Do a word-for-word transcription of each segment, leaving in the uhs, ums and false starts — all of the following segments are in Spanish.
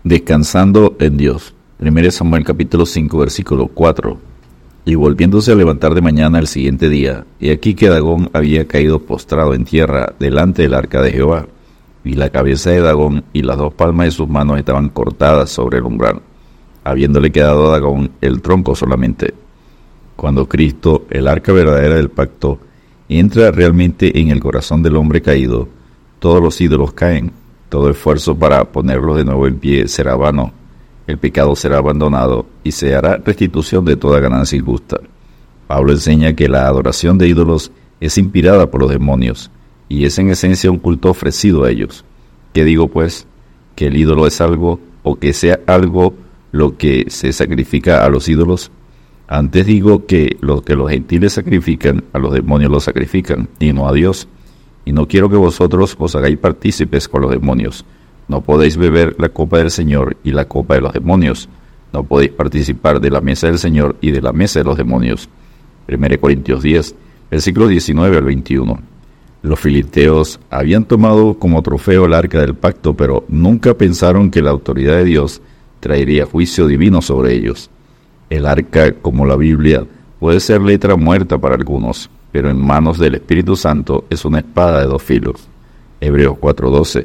Descansando en Dios. primero Samuel capítulo cinco, versículo cuatro. Y volviéndose a levantar de mañana el siguiente día, he aquí que Dagón había caído postrado en tierra delante del arca de Jehová, y la cabeza de Dagón y las dos palmas de sus manos estaban cortadas sobre el umbral, habiéndole quedado a Dagón el tronco solamente. Cuando Cristo, el arca verdadera del pacto, entra realmente en el corazón del hombre caído, todos los ídolos caen, todo esfuerzo para ponerlos de nuevo en pie será vano, el pecado será abandonado y se hará restitución de toda ganancia injusta. Pablo enseña que la adoración de ídolos es inspirada por los demonios y es en esencia un culto ofrecido a ellos. ¿Qué digo pues? ¿Que el ídolo es algo o que sea algo lo que se sacrifica a los ídolos? Antes digo que lo que los gentiles sacrifican, a los demonios lo sacrifican y no a Dios. Y no quiero que vosotros os hagáis partícipes con los demonios. No podéis beber la copa del Señor y la copa de los demonios. No podéis participar de la mesa del Señor y de la mesa de los demonios. primero Corintios diez, versículos diecinueve al veintiuno. Los filisteos habían tomado como trofeo el arca del pacto, pero nunca pensaron que la autoridad de Dios traería juicio divino sobre ellos. El arca, como la Biblia, puede ser letra muerta para algunos, pero en manos del Espíritu Santo es una espada de dos filos. Hebreos cuatro doce.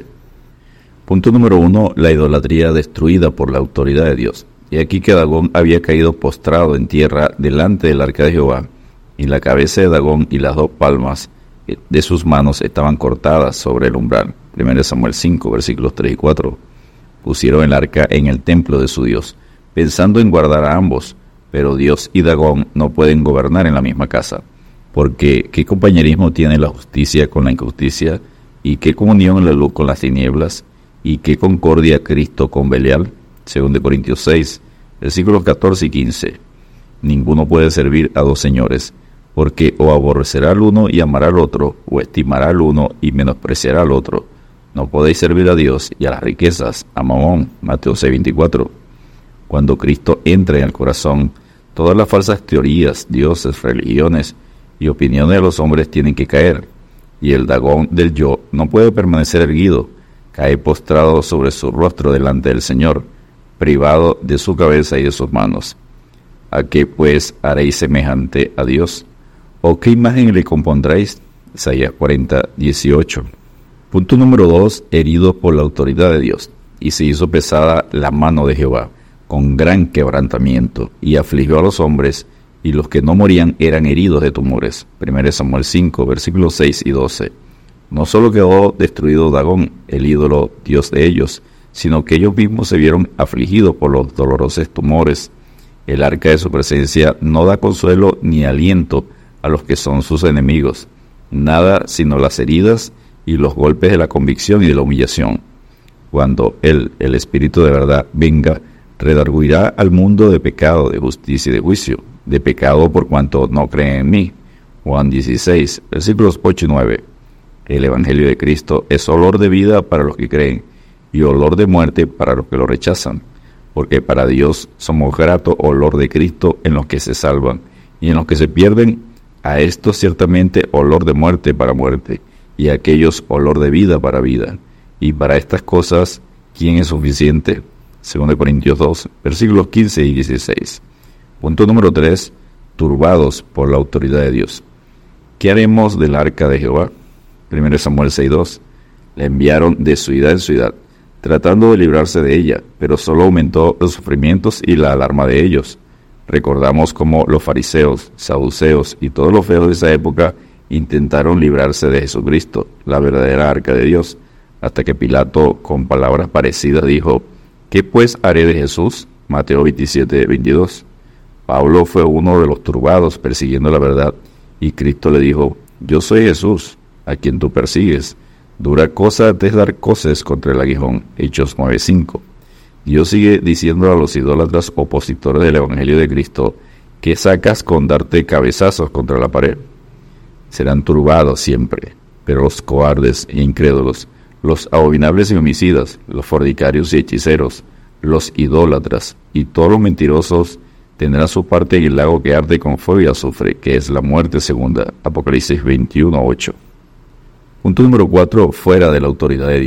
Punto número uno. La idolatría destruida por la autoridad de Dios. Y aquí que Dagón había caído postrado en tierra delante del arca de Jehová, y la cabeza de Dagón y las dos palmas de sus manos estaban cortadas sobre el umbral. primero Samuel cinco, versículos tres y cuatro. Pusieron el arca en el templo de su Dios, pensando en guardar a ambos, pero Dios y Dagón no pueden gobernar en la misma casa. Porque ¿qué compañerismo tiene la justicia con la injusticia? ¿Y qué comunión la luz con las tinieblas? ¿Y qué concordia Cristo con Belial? segundo Corintios seis, versículos catorce y quince. Ninguno puede servir a dos señores, porque o aborrecerá al uno y amará al otro, o estimará al uno y menospreciará al otro. No podéis servir a Dios y a las riquezas, a Mamón. Mateo seis veinticuatro. Cuando Cristo entra en el corazón, todas las falsas teorías, dioses, religiones y opiniones de los hombres tienen que caer, y el Dagón del yo no puede permanecer erguido, cae postrado sobre su rostro delante del Señor, privado de su cabeza y de sus manos. ¿A qué pues haréis semejante a Dios? ¿O qué imagen le compondréis? Isaías cuarenta, dieciocho. Punto número dos. Herido por la autoridad de Dios, y se hizo pesada la mano de Jehová, con gran quebrantamiento, y afligió a los hombres, y los que no morían eran heridos de tumores. primero Samuel cinco, versículos seis y doce. No solo quedó destruido Dagón, el ídolo dios de ellos, sino que ellos mismos se vieron afligidos por los dolorosos tumores. El arca de su presencia no da consuelo ni aliento a los que son sus enemigos, nada sino las heridas y los golpes de la convicción y de la humillación. Cuando Él, el Espíritu de verdad, venga, redarguirá al mundo de pecado, de justicia y de juicio, de pecado por cuanto no creen en mí. Juan dieciséis, versículos ocho y nueve. El Evangelio de Cristo es olor de vida para los que creen y olor de muerte para los que lo rechazan, porque para Dios somos grato olor de Cristo en los que se salvan, y en los que se pierden, a estos ciertamente olor de muerte para muerte, y a aquellos olor de vida para vida. Y para estas cosas, ¿quién es suficiente? segundo Corintios dos, versículos quince y dieciséis. Punto número tres. Turbados por la autoridad de Dios. ¿Qué haremos del arca de Jehová? primero Samuel seis dos. La enviaron de ciudad en ciudad, tratando de librarse de ella, pero solo aumentó los sufrimientos y la alarma de ellos. Recordamos cómo los fariseos, saduceos y todos los feos de esa época intentaron librarse de Jesucristo, la verdadera arca de Dios, hasta que Pilato, con palabras parecidas, dijo: ¿qué pues haré de Jesús? Mateo veintisiete veintidós. Pablo fue uno de los turbados persiguiendo la verdad, y Cristo le dijo: yo soy Jesús, a quien tú persigues. Dura cosa te es dar coces contra el aguijón. Hechos nueve cinco. Dios sigue diciendo a los idólatras opositores del Evangelio de Cristo: ¿qué sacas con darte cabezazos contra la pared? Serán turbados siempre, pero los cobardes e incrédulos, los abominables y homicidas, los fornicarios y hechiceros, los idólatras y todos los mentirosos tendrán su parte en el lago que arde con fuego y azufre, que es la muerte segunda. Apocalipsis veintiuno ocho. Punto número cuatro. Fuera de la autoridad de Dios.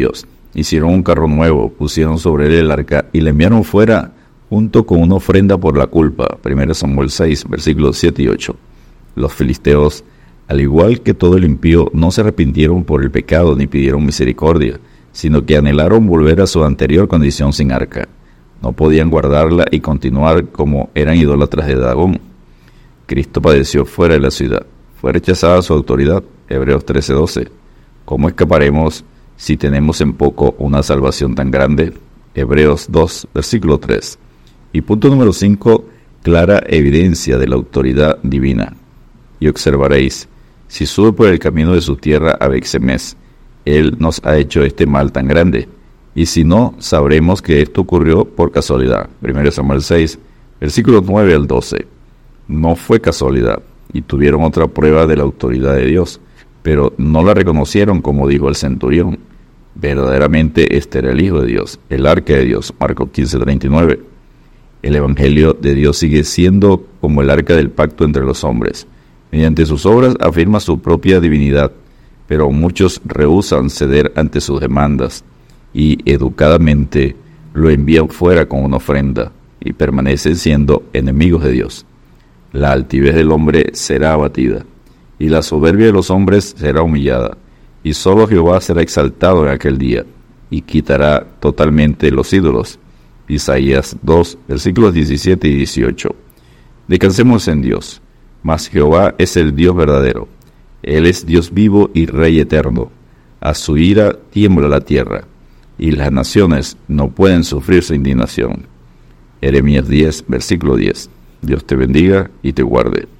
Hicieron un carro nuevo, pusieron sobre él el arca y le enviaron fuera junto con una ofrenda por la culpa. primero Samuel seis, versículos siete y ocho. Los filisteos, al igual que todo el impío, no se arrepintieron por el pecado ni pidieron misericordia, sino que anhelaron volver a su anterior condición sin arca. No podían guardarla y continuar como eran idólatras de Dagón. Cristo padeció fuera de la ciudad. Fue rechazada su autoridad. Hebreos trece doce. ¿Cómo escaparemos si tenemos en poco una salvación tan grande? Hebreos dos, versículo tres. Y punto número cinco, clara evidencia de la autoridad divina. Y observaréis, si sube por el camino de su tierra a Bexemés, él nos ha hecho este mal tan grande. Y si no, sabremos que esto ocurrió por casualidad. primero Samuel seis, versículos nueve al doce. No fue casualidad, y tuvieron otra prueba de la autoridad de Dios, pero no la reconocieron como dijo el centurión. Verdaderamente este era el Hijo de Dios, el arca de Dios. Marcos quince, treinta y nueve. El Evangelio de Dios sigue siendo como el arca del pacto entre los hombres. Mediante sus obras afirma su propia divinidad, pero muchos rehúsan ceder ante sus demandas y educadamente lo envían fuera con una ofrenda y permanecen siendo enemigos de Dios. La altivez del hombre será abatida y la soberbia de los hombres será humillada, y solo Jehová será exaltado en aquel día y quitará totalmente los ídolos. Isaías dos, versículos diecisiete y dieciocho. Descansemos en Dios, mas Jehová es el Dios verdadero. Él es Dios vivo y Rey eterno. A su ira tiembla la tierra, y las naciones no pueden sufrir su indignación. Jeremías diez, versículo diez. Dios te bendiga y te guarde.